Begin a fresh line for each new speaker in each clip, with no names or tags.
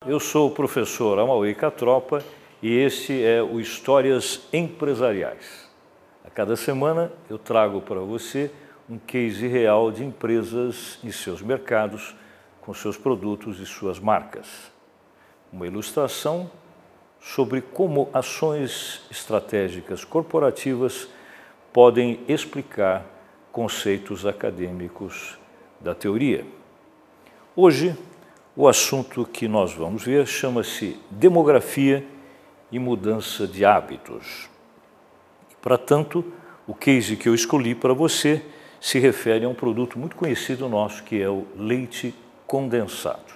eu sou o professor Amaury Catropa e este é o Histórias Empresariais. A cada semana eu trago para você um case real de empresas e seus mercados com seus produtos e suas marcas. Uma ilustração sobre como ações estratégicas corporativas podem explicar conceitos acadêmicos da teoria. Hoje, o assunto que nós vamos ver chama-se demografia e mudança de hábitos. Para tanto, o case que eu escolhi para você se refere a um produto muito conhecido nosso, que é o leite condensado.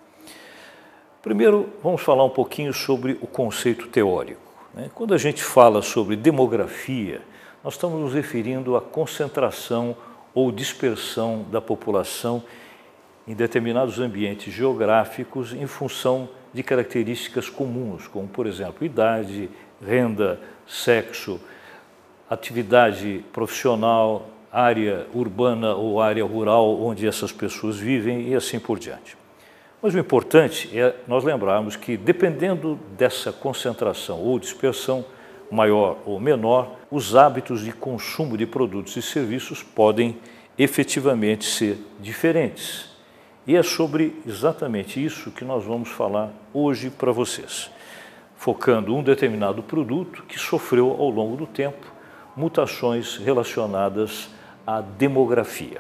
Primeiro, vamos falar um pouquinho sobre o conceito teórico. Quando a gente fala sobre demografia, nós estamos nos referindo à concentração ou dispersão da população em determinados ambientes geográficos em função de características comuns, como, por exemplo, idade, renda, sexo, atividade profissional, área urbana ou área rural onde essas pessoas vivem e assim por diante. Mas o importante é nós lembrarmos que, dependendo dessa concentração ou dispersão, maior ou menor, os hábitos de consumo de produtos e serviços podem efetivamente ser diferentes. E é sobre exatamente isso que nós vamos falar hoje para vocês, focando um determinado produto que sofreu ao longo do tempo mutações relacionadas à demografia.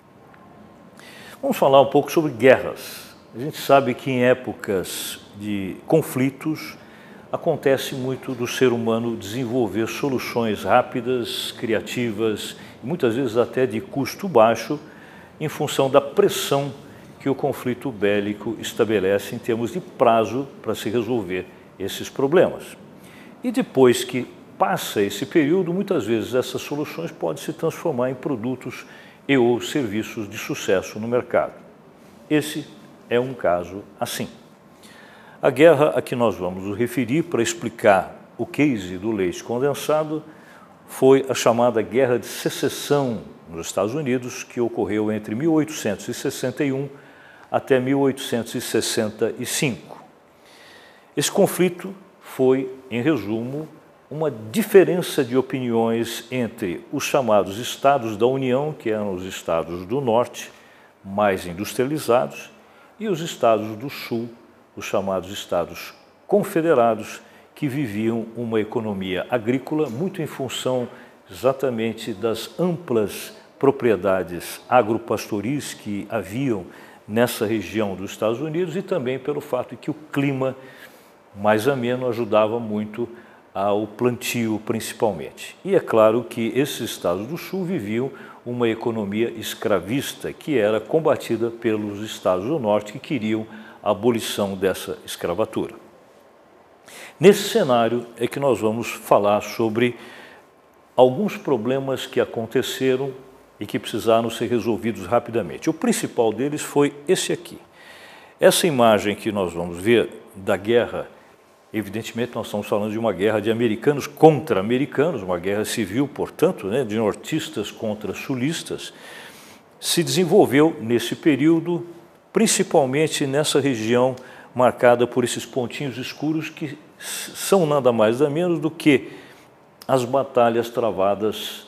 Vamos falar um pouco sobre guerras. A gente sabe que em épocas de conflitos acontece muito do ser humano desenvolver soluções rápidas, criativas e muitas vezes até de custo baixo em função da pressão que o conflito bélico estabelece em termos de prazo para se resolver esses problemas. E depois que passa esse período, muitas vezes essas soluções podem se transformar em produtos e ou serviços de sucesso no mercado. Esse é um caso assim. A guerra a que nós vamos nos referir para explicar o case do leite condensado foi a chamada Guerra de Secessão nos Estados Unidos, que ocorreu entre 1861 até 1865. Esse conflito foi, em resumo, uma diferença de opiniões entre os chamados Estados da União, que eram os estados do Norte, mais industrializados, e os estados do Sul, os chamados Estados Confederados, que viviam uma economia agrícola muito em função exatamente das amplas propriedades agropastoris que haviam nessa região dos Estados Unidos e também pelo fato de que o clima mais ameno ajudava muito ao plantio principalmente. E é claro que esses estados do Sul viviam uma economia escravista que era combatida pelos estados do Norte que queriam a abolição dessa escravatura. Nesse cenário é que nós vamos falar sobre alguns problemas que aconteceram e que precisaram ser resolvidos rapidamente. O principal deles foi esse aqui. Essa imagem que nós vamos ver da guerra, evidentemente nós estamos falando de uma guerra de americanos contra americanos, uma guerra civil, portanto, de nortistas contra sulistas, se desenvolveu nesse período, principalmente nessa região marcada por esses pontinhos escuros que são nada mais nada menos do que as batalhas travadas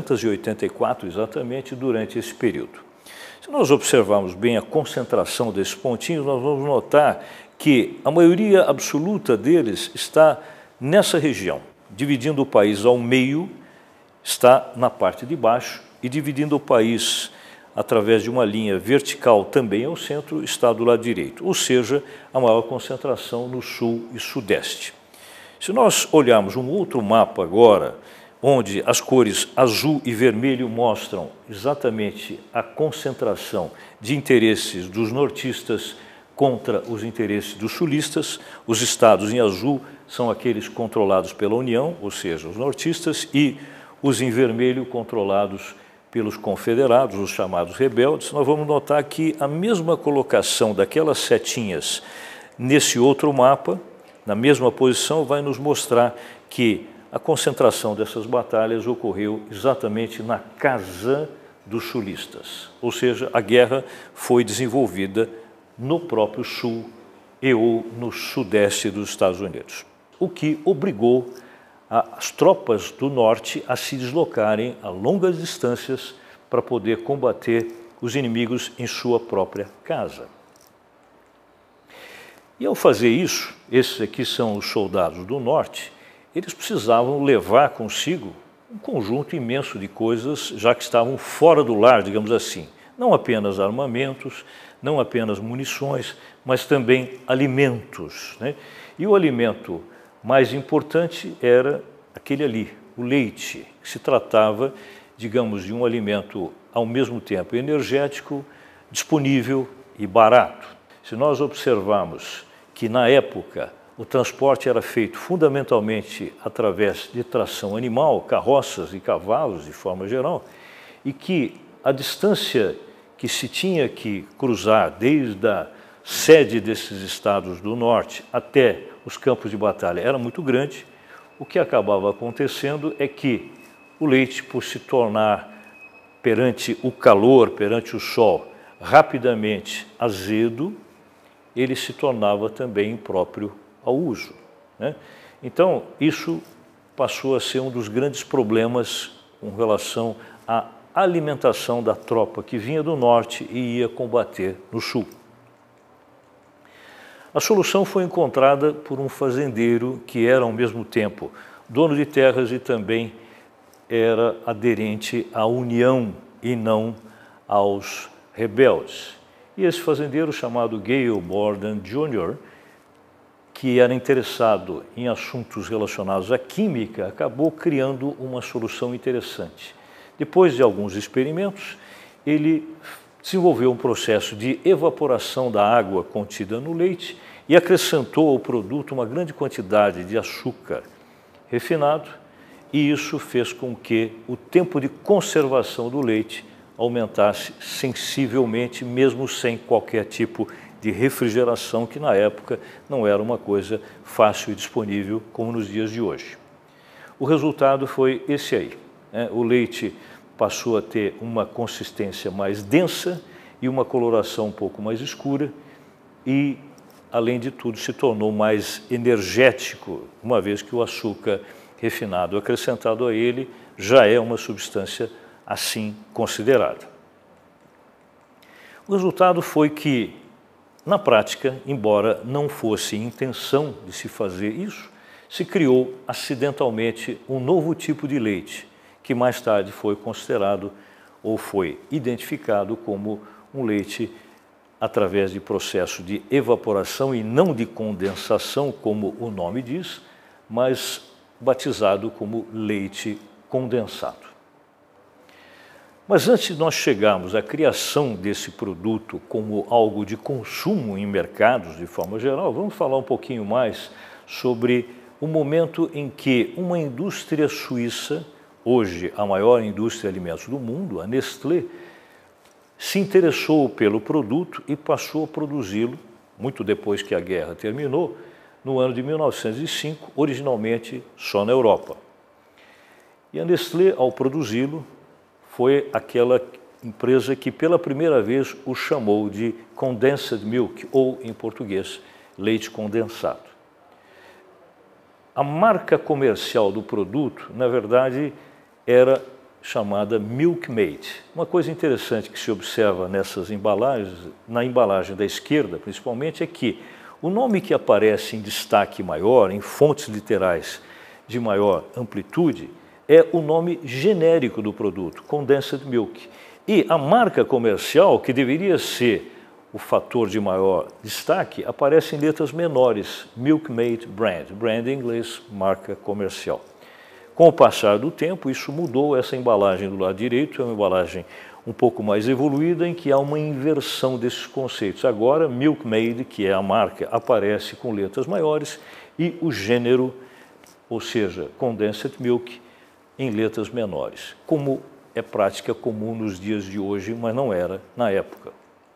384 exatamente durante esse período. Se nós observarmos bem a concentração desses pontinhos, nós vamos notar que a maioria absoluta deles está nessa região, dividindo o país ao meio, está na parte de baixo, e dividindo o país através de uma linha vertical também ao centro, está do lado direito, ou seja, a maior concentração no sul e sudeste. Se nós olharmos um outro mapa agora, onde as cores azul e vermelho mostram exatamente a concentração de interesses dos nortistas contra os interesses dos sulistas, os estados em azul são aqueles controlados pela União, ou seja, os nortistas, e os em vermelho controlados pelos confederados, os chamados rebeldes. Nós vamos notar que a mesma colocação daquelas setinhas nesse outro mapa, na mesma posição, vai nos mostrar que a concentração dessas batalhas ocorreu exatamente na casa dos sulistas, ou seja, a guerra foi desenvolvida no próprio sul e ou no sudeste dos Estados Unidos, o que obrigou as tropas do norte a se deslocarem a longas distâncias para poder combater os inimigos em sua própria casa. E ao fazer isso, esses aqui são os soldados do norte, eles precisavam levar consigo um conjunto imenso de coisas, já que estavam fora do lar, digamos assim. Não apenas armamentos, não apenas munições, mas também alimentos, né? E o alimento mais importante era aquele ali, o leite, que se tratava, digamos, de um alimento ao mesmo tempo energético, disponível e barato. Se nós observarmos que na época o transporte era feito fundamentalmente através de tração animal, carroças e cavalos de forma geral, e que a distância que se tinha que cruzar desde a sede desses estados do norte até os campos de batalha era muito grande, o que acabava acontecendo é que o leite, por se tornar perante o calor, perante o sol, rapidamente azedo, ele se tornava também impróprio ao uso, né? Então, isso passou a ser um dos grandes problemas com relação à alimentação da tropa que vinha do norte e ia combater no sul. A solução foi encontrada por um fazendeiro que era, ao mesmo tempo, dono de terras e também era aderente à União e não aos rebeldes. E esse fazendeiro, chamado Gale Borden Jr., que era interessado em assuntos relacionados à química, acabou criando uma solução interessante. Depois de alguns experimentos, ele desenvolveu um processo de evaporação da água contida no leite e acrescentou ao produto uma grande quantidade de açúcar refinado, e isso fez com que o tempo de conservação do leite aumentasse sensivelmente, mesmo sem qualquer tipo de refrigeração, que na época não era uma coisa fácil e disponível como nos dias de hoje. O resultado foi esse aí, né? O leite passou a ter uma consistência mais densa e uma coloração um pouco mais escura e, além de tudo, se tornou mais energético, uma vez que o açúcar refinado acrescentado a ele já é uma substância assim considerada. O resultado foi que, na prática, embora não fosse intenção de se fazer isso, se criou acidentalmente um novo tipo de leite, que mais tarde foi considerado ou foi identificado como um leite através de processo de evaporação e não de condensação, como o nome diz, mas batizado como leite condensado. Mas antes de nós chegarmos à criação desse produto como algo de consumo em mercados de forma geral, vamos falar um pouquinho mais sobre o momento em que uma indústria suíça, hoje a maior indústria de alimentos do mundo, a Nestlé, se interessou pelo produto e passou a produzi-lo, muito depois que a guerra terminou, no ano de 1905, originalmente só na Europa. E a Nestlé, ao produzi-lo, foi aquela empresa que pela primeira vez o chamou de condensed milk, ou em português, leite condensado. A marca comercial do produto, na verdade, era chamada Milkmaid. Uma coisa interessante que se observa nessas embalagens, na embalagem da esquerda principalmente, é que o nome que aparece em destaque maior, em fontes literais de maior amplitude, é o nome genérico do produto, Condensed Milk. E a marca comercial, que deveria ser o fator de maior destaque, aparece em letras menores, Milkmaid Brand, brand em inglês, marca comercial. Com o passar do tempo, isso mudou. Essa embalagem do lado direito é uma embalagem um pouco mais evoluída, em que há uma inversão desses conceitos. Agora, Milkmaid, que é a marca, aparece com letras maiores e o gênero, ou seja, Condensed Milk, em letras menores, como é prática comum nos dias de hoje, mas não era na época.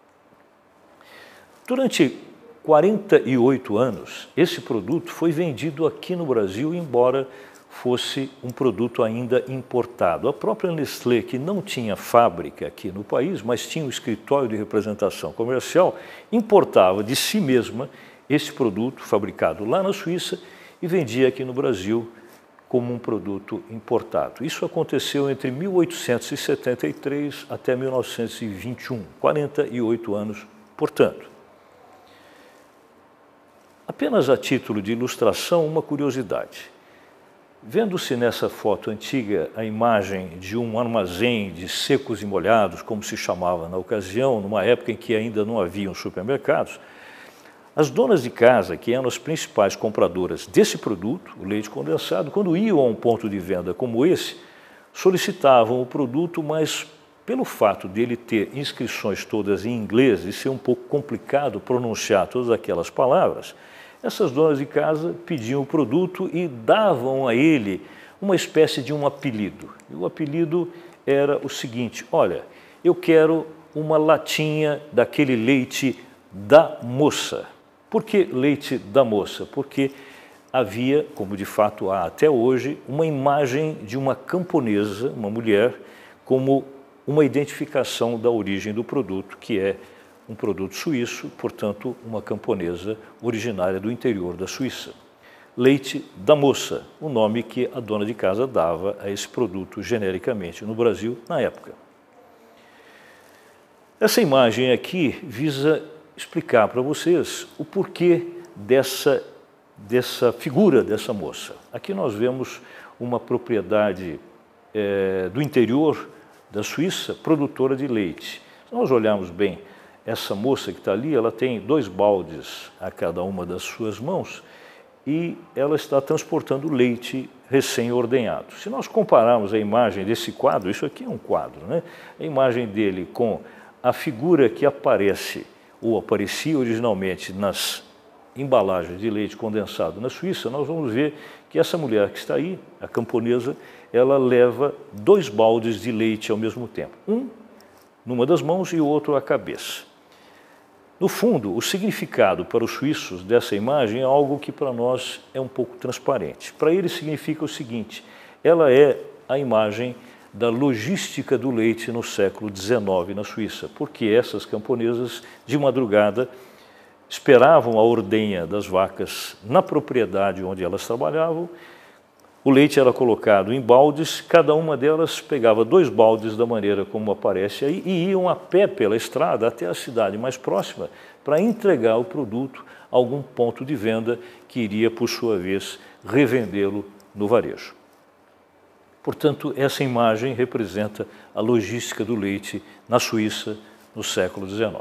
Durante 48 anos, esse produto foi vendido aqui no Brasil, embora fosse um produto ainda importado. A própria Nestlé, que não tinha fábrica aqui no país, mas tinha um escritório de representação comercial, importava de si mesma esse produto fabricado lá na Suíça e vendia aqui no Brasil como um produto importado. Isso aconteceu entre 1873 até 1921, 48 anos, portanto. Apenas a título de ilustração, uma curiosidade. Vendo-se nessa foto antiga a imagem de um armazém de secos e molhados, como se chamava na ocasião, numa época em que ainda não haviam supermercados, as donas de casa, que eram as principais compradoras desse produto, o leite condensado, quando iam a um ponto de venda como esse, solicitavam o produto, mas pelo fato dele ter inscrições todas em inglês e ser um pouco complicado pronunciar todas aquelas palavras, essas donas de casa pediam o produto e davam a ele uma espécie de um apelido. E o apelido era o seguinte: olha, eu quero uma latinha daquele leite da moça. Por que leite da moça? Porque havia, como de fato há até hoje, uma imagem de uma camponesa, uma mulher, como uma identificação da origem do produto, que é um produto suíço, portanto, uma camponesa originária do interior da Suíça. Leite da moça, o nome que a dona de casa dava a esse produto genericamente no Brasil na época. Essa imagem aqui visa explicar para vocês o porquê dessa figura dessa moça. Aqui nós vemos uma propriedade do interior da Suíça, produtora de leite. Se nós olharmos bem, essa moça que está ali, ela tem 2 baldes a cada uma das suas mãos e ela está transportando leite recém-ordenhado. Se nós compararmos a imagem desse quadro, isso aqui é um quadro, né? A imagem dele com a figura que aparece ou aparecia originalmente nas embalagens de leite condensado na Suíça, nós vamos ver que essa mulher que está aí, a camponesa, ela leva 2 baldes de leite ao mesmo tempo, um numa das mãos e o outro à cabeça. No fundo, o significado para os suíços dessa imagem é algo que para nós é um pouco transparente. Para eles significa o seguinte: ela é a imagem da logística do leite no século XIX na Suíça, porque essas camponesas, de madrugada, esperavam a ordenha das vacas na propriedade onde elas trabalhavam. O leite era colocado em baldes, cada uma delas pegava 2 baldes da maneira como aparece aí e iam a pé pela estrada até a cidade mais próxima para entregar o produto a algum ponto de venda que iria, por sua vez, revendê-lo no varejo. Portanto, essa imagem representa a logística do leite na Suíça no século XIX.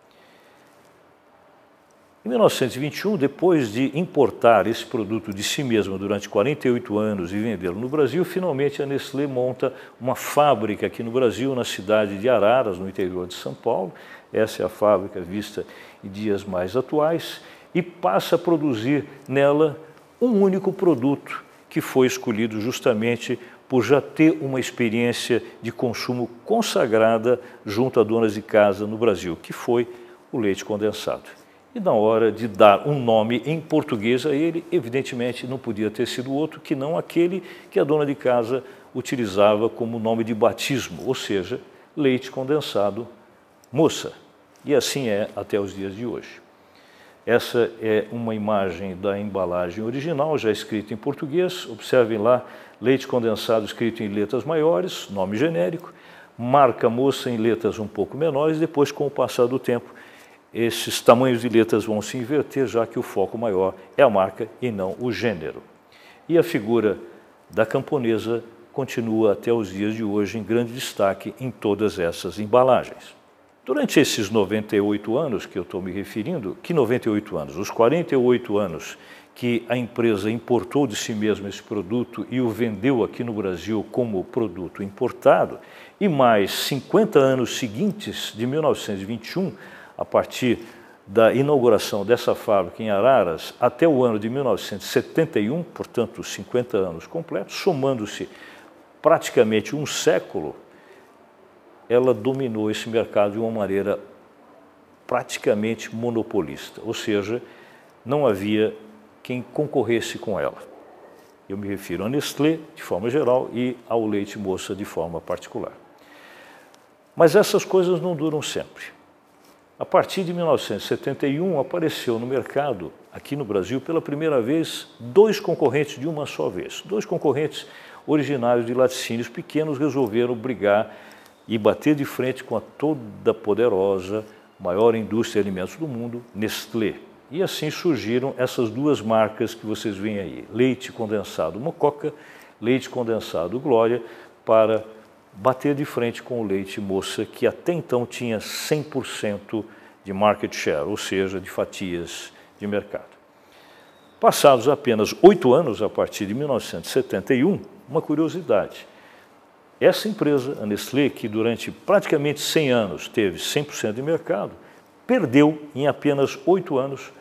Em 1921, depois de importar esse produto de si mesma durante 48 anos e vendê-lo no Brasil, finalmente a Nestlé monta uma fábrica aqui no Brasil, na cidade de Araras, no interior de São Paulo. Essa é a fábrica vista em dias mais atuais e passa a produzir nela um único produto que foi escolhido justamente por já ter uma experiência de consumo consagrada junto a donas de casa no Brasil, que foi o leite condensado. E na hora de dar um nome em português a ele, evidentemente não podia ter sido outro que não aquele que a dona de casa utilizava como nome de batismo, ou seja, leite condensado moça. E assim é até os dias de hoje. Essa é uma imagem da embalagem original, já escrita em português. Observem lá, leite condensado escrito em letras maiores, nome genérico, marca moça em letras um pouco menores. Depois, com o passar do tempo, esses tamanhos de letras vão se inverter, já que o foco maior é a marca e não o gênero. E a figura da camponesa continua até os dias de hoje em grande destaque em todas essas embalagens. Durante esses 98 anos que eu estou me referindo, que 98 anos? Os 48 anos que a empresa importou de si mesma esse produto e o vendeu aqui no Brasil como produto importado, e mais 50 anos seguintes, de 1921, a partir da inauguração dessa fábrica em Araras até o ano de 1971, portanto 50 anos completos, somando-se praticamente um século, ela dominou esse mercado de uma maneira praticamente monopolista, ou seja, não havia quem concorresse com ela. Eu me refiro à Nestlé de forma geral e ao leite moça de forma particular. Mas essas coisas não duram sempre. A partir de 1971, apareceu no mercado, aqui no Brasil, pela primeira vez, dois concorrentes de uma só vez. Dois concorrentes originários de laticínios pequenos resolveram brigar e bater de frente com a toda poderosa, maior indústria de alimentos do mundo, Nestlé. E assim surgiram essas duas marcas que vocês veem aí, leite condensado Mococa, leite condensado Glória, para bater de frente com o leite Moça, que até então tinha 100% de market share, ou seja, de fatias de mercado. Passados apenas 8 anos, a partir de 1971, uma curiosidade. Essa empresa, a Nestlé, que durante praticamente 100 anos teve 100% de mercado, perdeu em apenas 8 anos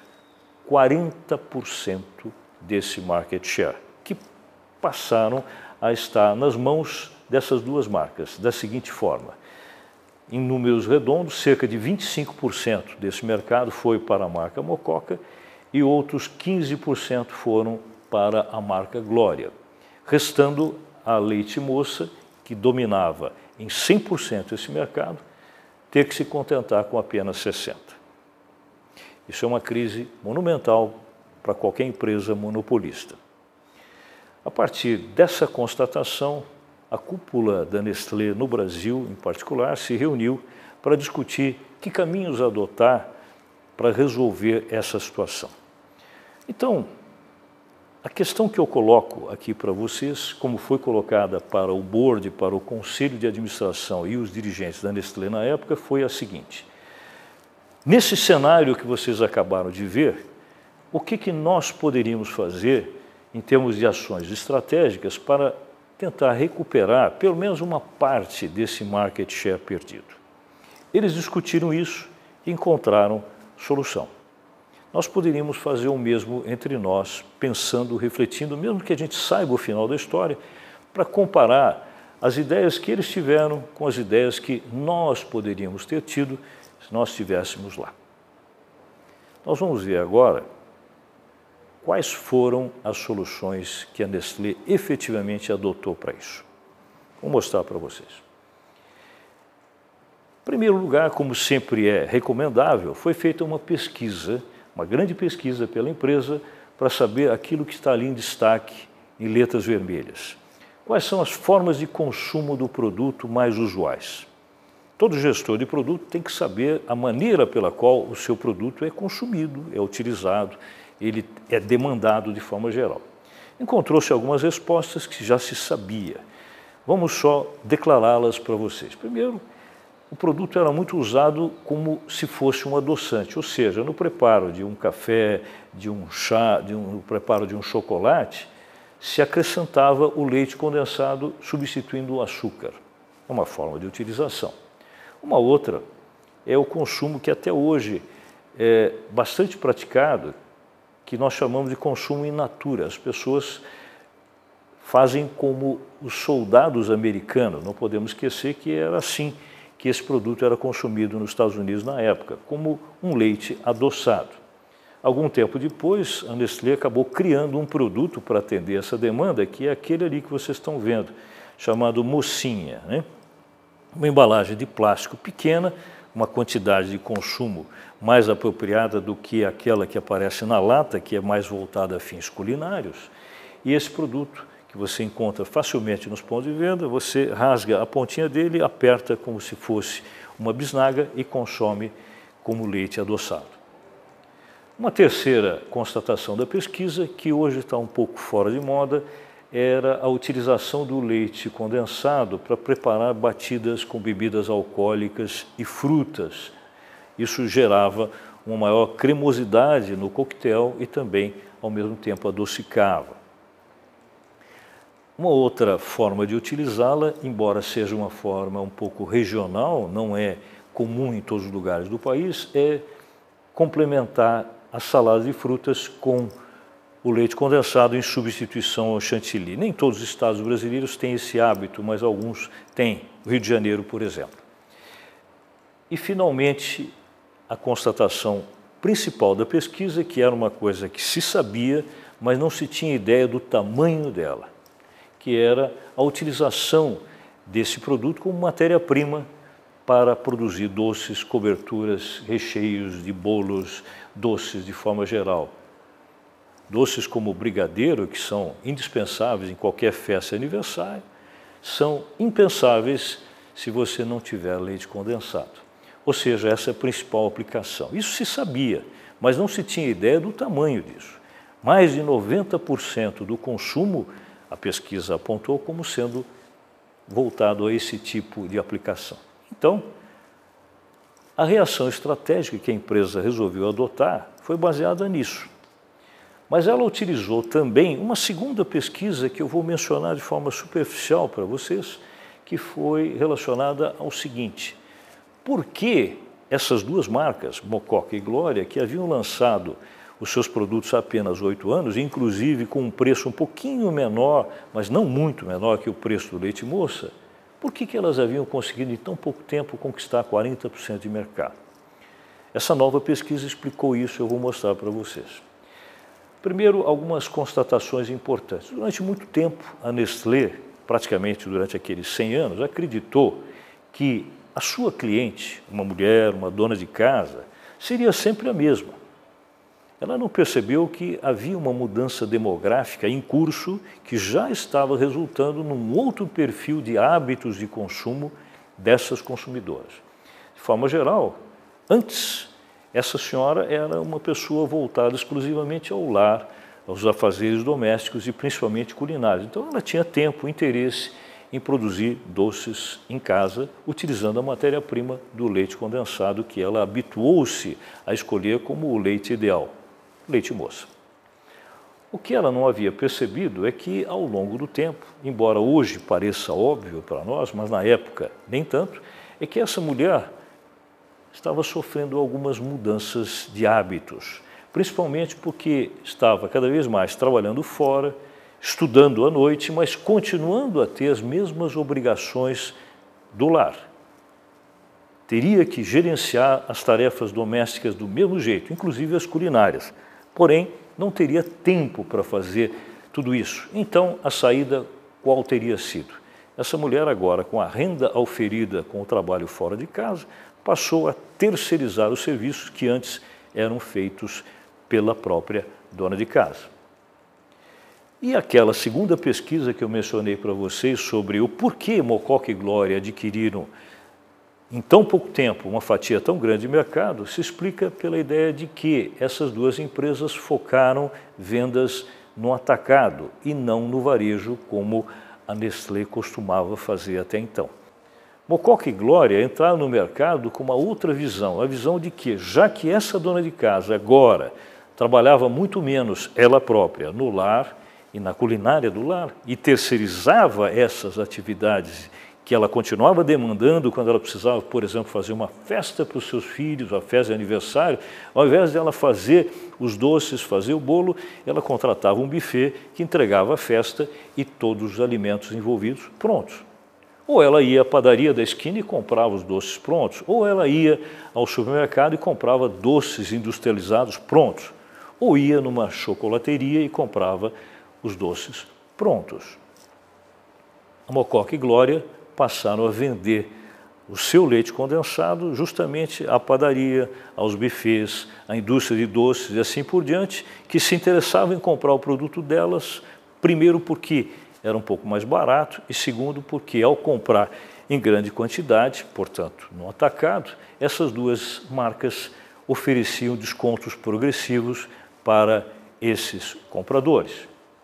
40% desse market share, que passaram a estar nas mãos dessas duas marcas, da seguinte forma. Em números redondos, cerca de 25% desse mercado foi para a marca Mococa e outros 15% foram para a marca Glória, restando a Leite Moça, que dominava em 100% esse mercado, ter que se contentar com apenas 60%. Isso é uma crise monumental para qualquer empresa monopolista. A partir dessa constatação, a cúpula da Nestlé no Brasil, em particular, se reuniu para discutir que caminhos adotar para resolver essa situação. Então, a questão que eu coloco aqui para vocês, como foi colocada para o board, para o conselho de administração e os dirigentes da Nestlé na época, foi a seguinte. Nesse cenário que vocês acabaram de ver, o que nós poderíamos fazer em termos de ações estratégicas para tentar recuperar pelo menos uma parte desse market share perdido? Eles discutiram isso e encontraram solução. Nós poderíamos fazer o mesmo entre nós, pensando, refletindo, mesmo que a gente saiba o final da história, para comparar as ideias que eles tiveram com as ideias que nós poderíamos ter tido se nós estivéssemos lá. Nós vamos ver agora quais foram as soluções que a Nestlé efetivamente adotou para isso. Vou mostrar para vocês. Em primeiro lugar, como sempre é recomendável, foi feita uma pesquisa, uma grande pesquisa pela empresa, para saber aquilo que está ali em destaque, em letras vermelhas. Quais são as formas de consumo do produto mais usuais? Todo gestor de produto tem que saber a maneira pela qual o seu produto é consumido, é utilizado, ele é demandado de forma geral. Encontrou-se algumas respostas que já se sabia. Vamos só declará-las para vocês. Primeiro, o produto era muito usado como se fosse um adoçante, ou seja, no preparo de um café, de um chá, no preparo de um chocolate, se acrescentava o leite condensado substituindo o açúcar. É uma forma de utilização. Uma outra é o consumo que até hoje é bastante praticado, que nós chamamos de consumo in natura. As pessoas fazem como os soldados americanos, não podemos esquecer que era assim que esse produto era consumido nos Estados Unidos na época, como um leite adoçado. Algum tempo depois, a Nestlé acabou criando um produto para atender essa demanda, que é aquele ali que vocês estão vendo, chamado Mocinha, né? Uma embalagem de plástico pequena, uma quantidade de consumo mais apropriada do que aquela que aparece na lata, que é mais voltada a fins culinários. E esse produto, que você encontra facilmente nos pontos de venda, você rasga a pontinha dele, aperta como se fosse uma bisnaga e consome como leite adoçado. Uma terceira constatação da pesquisa, que hoje está um pouco fora de moda, era a utilização do leite condensado para preparar batidas com bebidas alcoólicas e frutas. Isso gerava uma maior cremosidade no coquetel e também, ao mesmo tempo, adocicava. Uma outra forma de utilizá-la, embora seja uma forma um pouco regional, não é comum em todos os lugares do país, é complementar as saladas de frutas com o leite condensado em substituição ao chantilly. Nem todos os estados brasileiros têm esse hábito, mas alguns têm. O Rio de Janeiro, por exemplo. E, finalmente, a constatação principal da pesquisa, que era uma coisa que se sabia, mas não se tinha ideia do tamanho dela, que era a utilização desse produto como matéria-prima para produzir doces, coberturas, recheios de bolos, doces de forma geral. Doces como o brigadeiro, que são indispensáveis em qualquer festa e aniversário, são impensáveis se você não tiver leite condensado. Ou seja, essa é a principal aplicação. Isso se sabia, mas não se tinha ideia do tamanho disso. Mais de 90% do consumo, a pesquisa apontou como sendo voltado a esse tipo de aplicação. Então, a reação estratégica que a empresa resolveu adotar foi baseada nisso. Mas ela utilizou também uma segunda pesquisa que eu vou mencionar de forma superficial para vocês, que foi relacionada ao seguinte: por que essas duas marcas, Mococa e Glória, que haviam lançado os seus produtos há apenas 8 anos, inclusive com um preço um pouquinho menor, mas não muito menor que o preço do leite moça, por que elas haviam conseguido em tão pouco tempo conquistar 40% de mercado? Essa nova pesquisa explicou isso, eu vou mostrar para vocês. Primeiro, algumas constatações importantes. Durante muito tempo, a Nestlé, praticamente durante aqueles 100 anos, acreditou que a sua cliente, uma mulher, uma dona de casa, seria sempre a mesma. Ela não percebeu que havia uma mudança demográfica em curso que já estava resultando num outro perfil de hábitos de consumo dessas consumidoras. De forma geral, antes, essa senhora era uma pessoa voltada exclusivamente ao lar, aos afazeres domésticos e principalmente culinários. Então ela tinha tempo, interesse em produzir doces em casa, utilizando a matéria-prima do leite condensado, que ela habituou-se a escolher como o leite ideal, leite moça. O que ela não havia percebido é que, ao longo do tempo, embora hoje pareça óbvio para nós, mas na época nem tanto, é que essa mulher estava sofrendo algumas mudanças de hábitos, principalmente porque estava cada vez mais trabalhando fora, estudando à noite, mas continuando a ter as mesmas obrigações do lar. Teria que gerenciar as tarefas domésticas do mesmo jeito, inclusive as culinárias, porém não teria tempo para fazer tudo isso. Então, a saída qual teria sido? Essa mulher agora, com a renda auferida com o trabalho fora de casa, passou a terceirizar os serviços que antes eram feitos pela própria dona de casa. E aquela segunda pesquisa que eu mencionei para vocês sobre o porquê Mococa e Glória adquiriram em tão pouco tempo uma fatia tão grande de mercado, se explica pela ideia de que essas duas empresas focaram vendas no atacado e não no varejo, como a Nestlé costumava fazer até então. Mococa e Glória entraram no mercado com uma outra visão, a visão de que, já que essa dona de casa agora trabalhava muito menos ela própria no lar e na culinária do lar e terceirizava essas atividades que ela continuava demandando quando ela precisava, por exemplo, fazer uma festa para os seus filhos, uma festa de aniversário, ao invés de ela fazer os doces, fazer o bolo, ela contratava um buffet que entregava a festa e todos os alimentos envolvidos prontos. Ou ela ia à padaria da esquina e comprava os doces prontos, ou ela ia ao supermercado e comprava doces industrializados prontos, ou ia numa chocolateria e comprava os doces prontos. A Mococa e Glória passaram a vender o seu leite condensado justamente à padaria, aos buffets, à indústria de doces e assim por diante, que se interessavam em comprar o produto delas, primeiro porque era um pouco mais barato e segundo porque ao comprar em grande quantidade, portanto no atacado, essas duas marcas ofereciam descontos progressivos para esses compradores.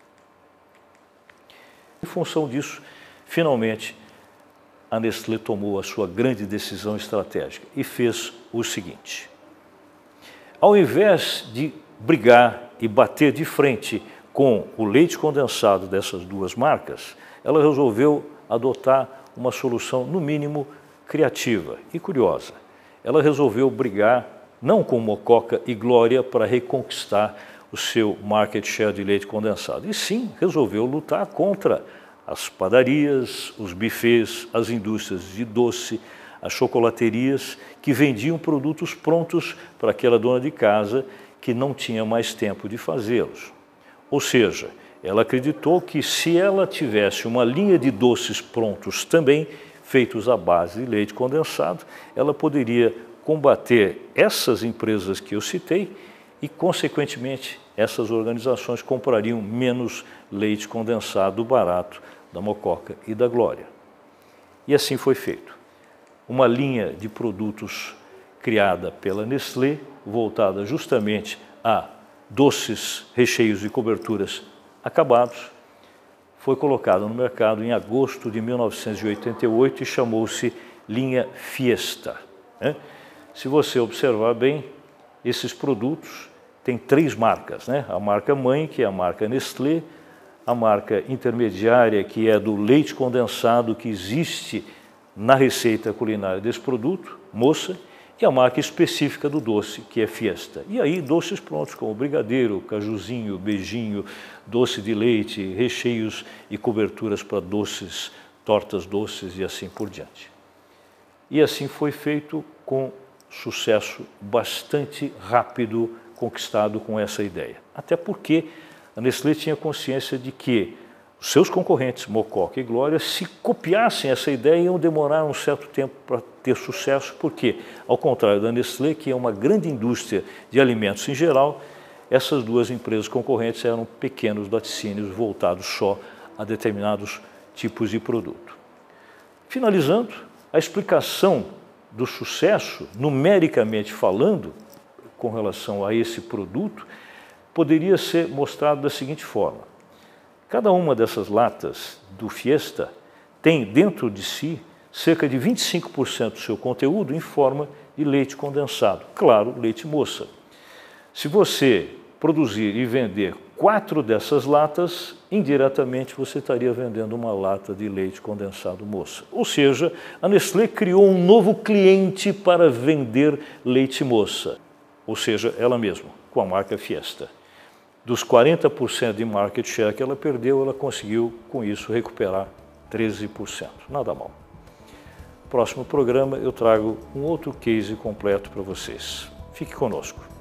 Em função disso, finalmente, a Nestlé tomou a sua grande decisão estratégica e fez o seguinte: ao invés de brigar e bater de frente com o leite condensado dessas duas marcas, ela resolveu adotar uma solução, no mínimo, criativa e curiosa. Ela resolveu brigar não com Mococa e Glória para reconquistar o seu market share de leite condensado, e sim resolveu lutar contra as padarias, os buffets, as indústrias de doce, as chocolaterias que vendiam produtos prontos para aquela dona de casa que não tinha mais tempo de fazê-los. Ou seja, ela acreditou que se ela tivesse uma linha de doces prontos também, feitos à base de leite condensado, ela poderia combater essas empresas que eu citei e, consequentemente, essas organizações comprariam menos leite condensado barato da Mococa e da Glória. E assim foi feito. Uma linha de produtos criada pela Nestlé, voltada justamente a doces, recheios e coberturas acabados, foi colocada no mercado em agosto de 1988 e chamou-se linha Fiesta. Se você observar bem, esses produtos têm 3 marcas, a marca mãe, que é a marca Nestlé, a marca intermediária, que é do leite condensado que existe na receita culinária desse produto, Moça, e a marca específica do doce, que é Fiesta. E aí doces prontos como brigadeiro, cajuzinho, beijinho, doce de leite, recheios e coberturas para doces, tortas doces e assim por diante. E assim foi feito com sucesso bastante rápido conquistado com essa ideia. Até porque a Nestlé tinha consciência de que os seus concorrentes, Mococa e Glória, se copiassem essa ideia, iam demorar um certo tempo para ter sucesso, porque, ao contrário da Nestlé, que é uma grande indústria de alimentos em geral, essas duas empresas concorrentes eram pequenos laticínios voltados só a determinados tipos de produto. Finalizando, a explicação do sucesso, numericamente falando, com relação a esse produto, poderia ser mostrado da seguinte forma. Cada uma dessas latas do Fiesta tem dentro de si cerca de 25% do seu conteúdo em forma de leite condensado, claro, leite moça. Se você produzir e vender 4 dessas latas, indiretamente você estaria vendendo uma lata de leite condensado moça. Ou seja, a Nestlé criou um novo cliente para vender leite moça, ou seja, ela mesma, com a marca Fiesta. Dos 40% de market share que ela perdeu, ela conseguiu, com isso, recuperar 13%. Nada mal. No próximo programa eu trago um outro case completo para vocês. Fique conosco.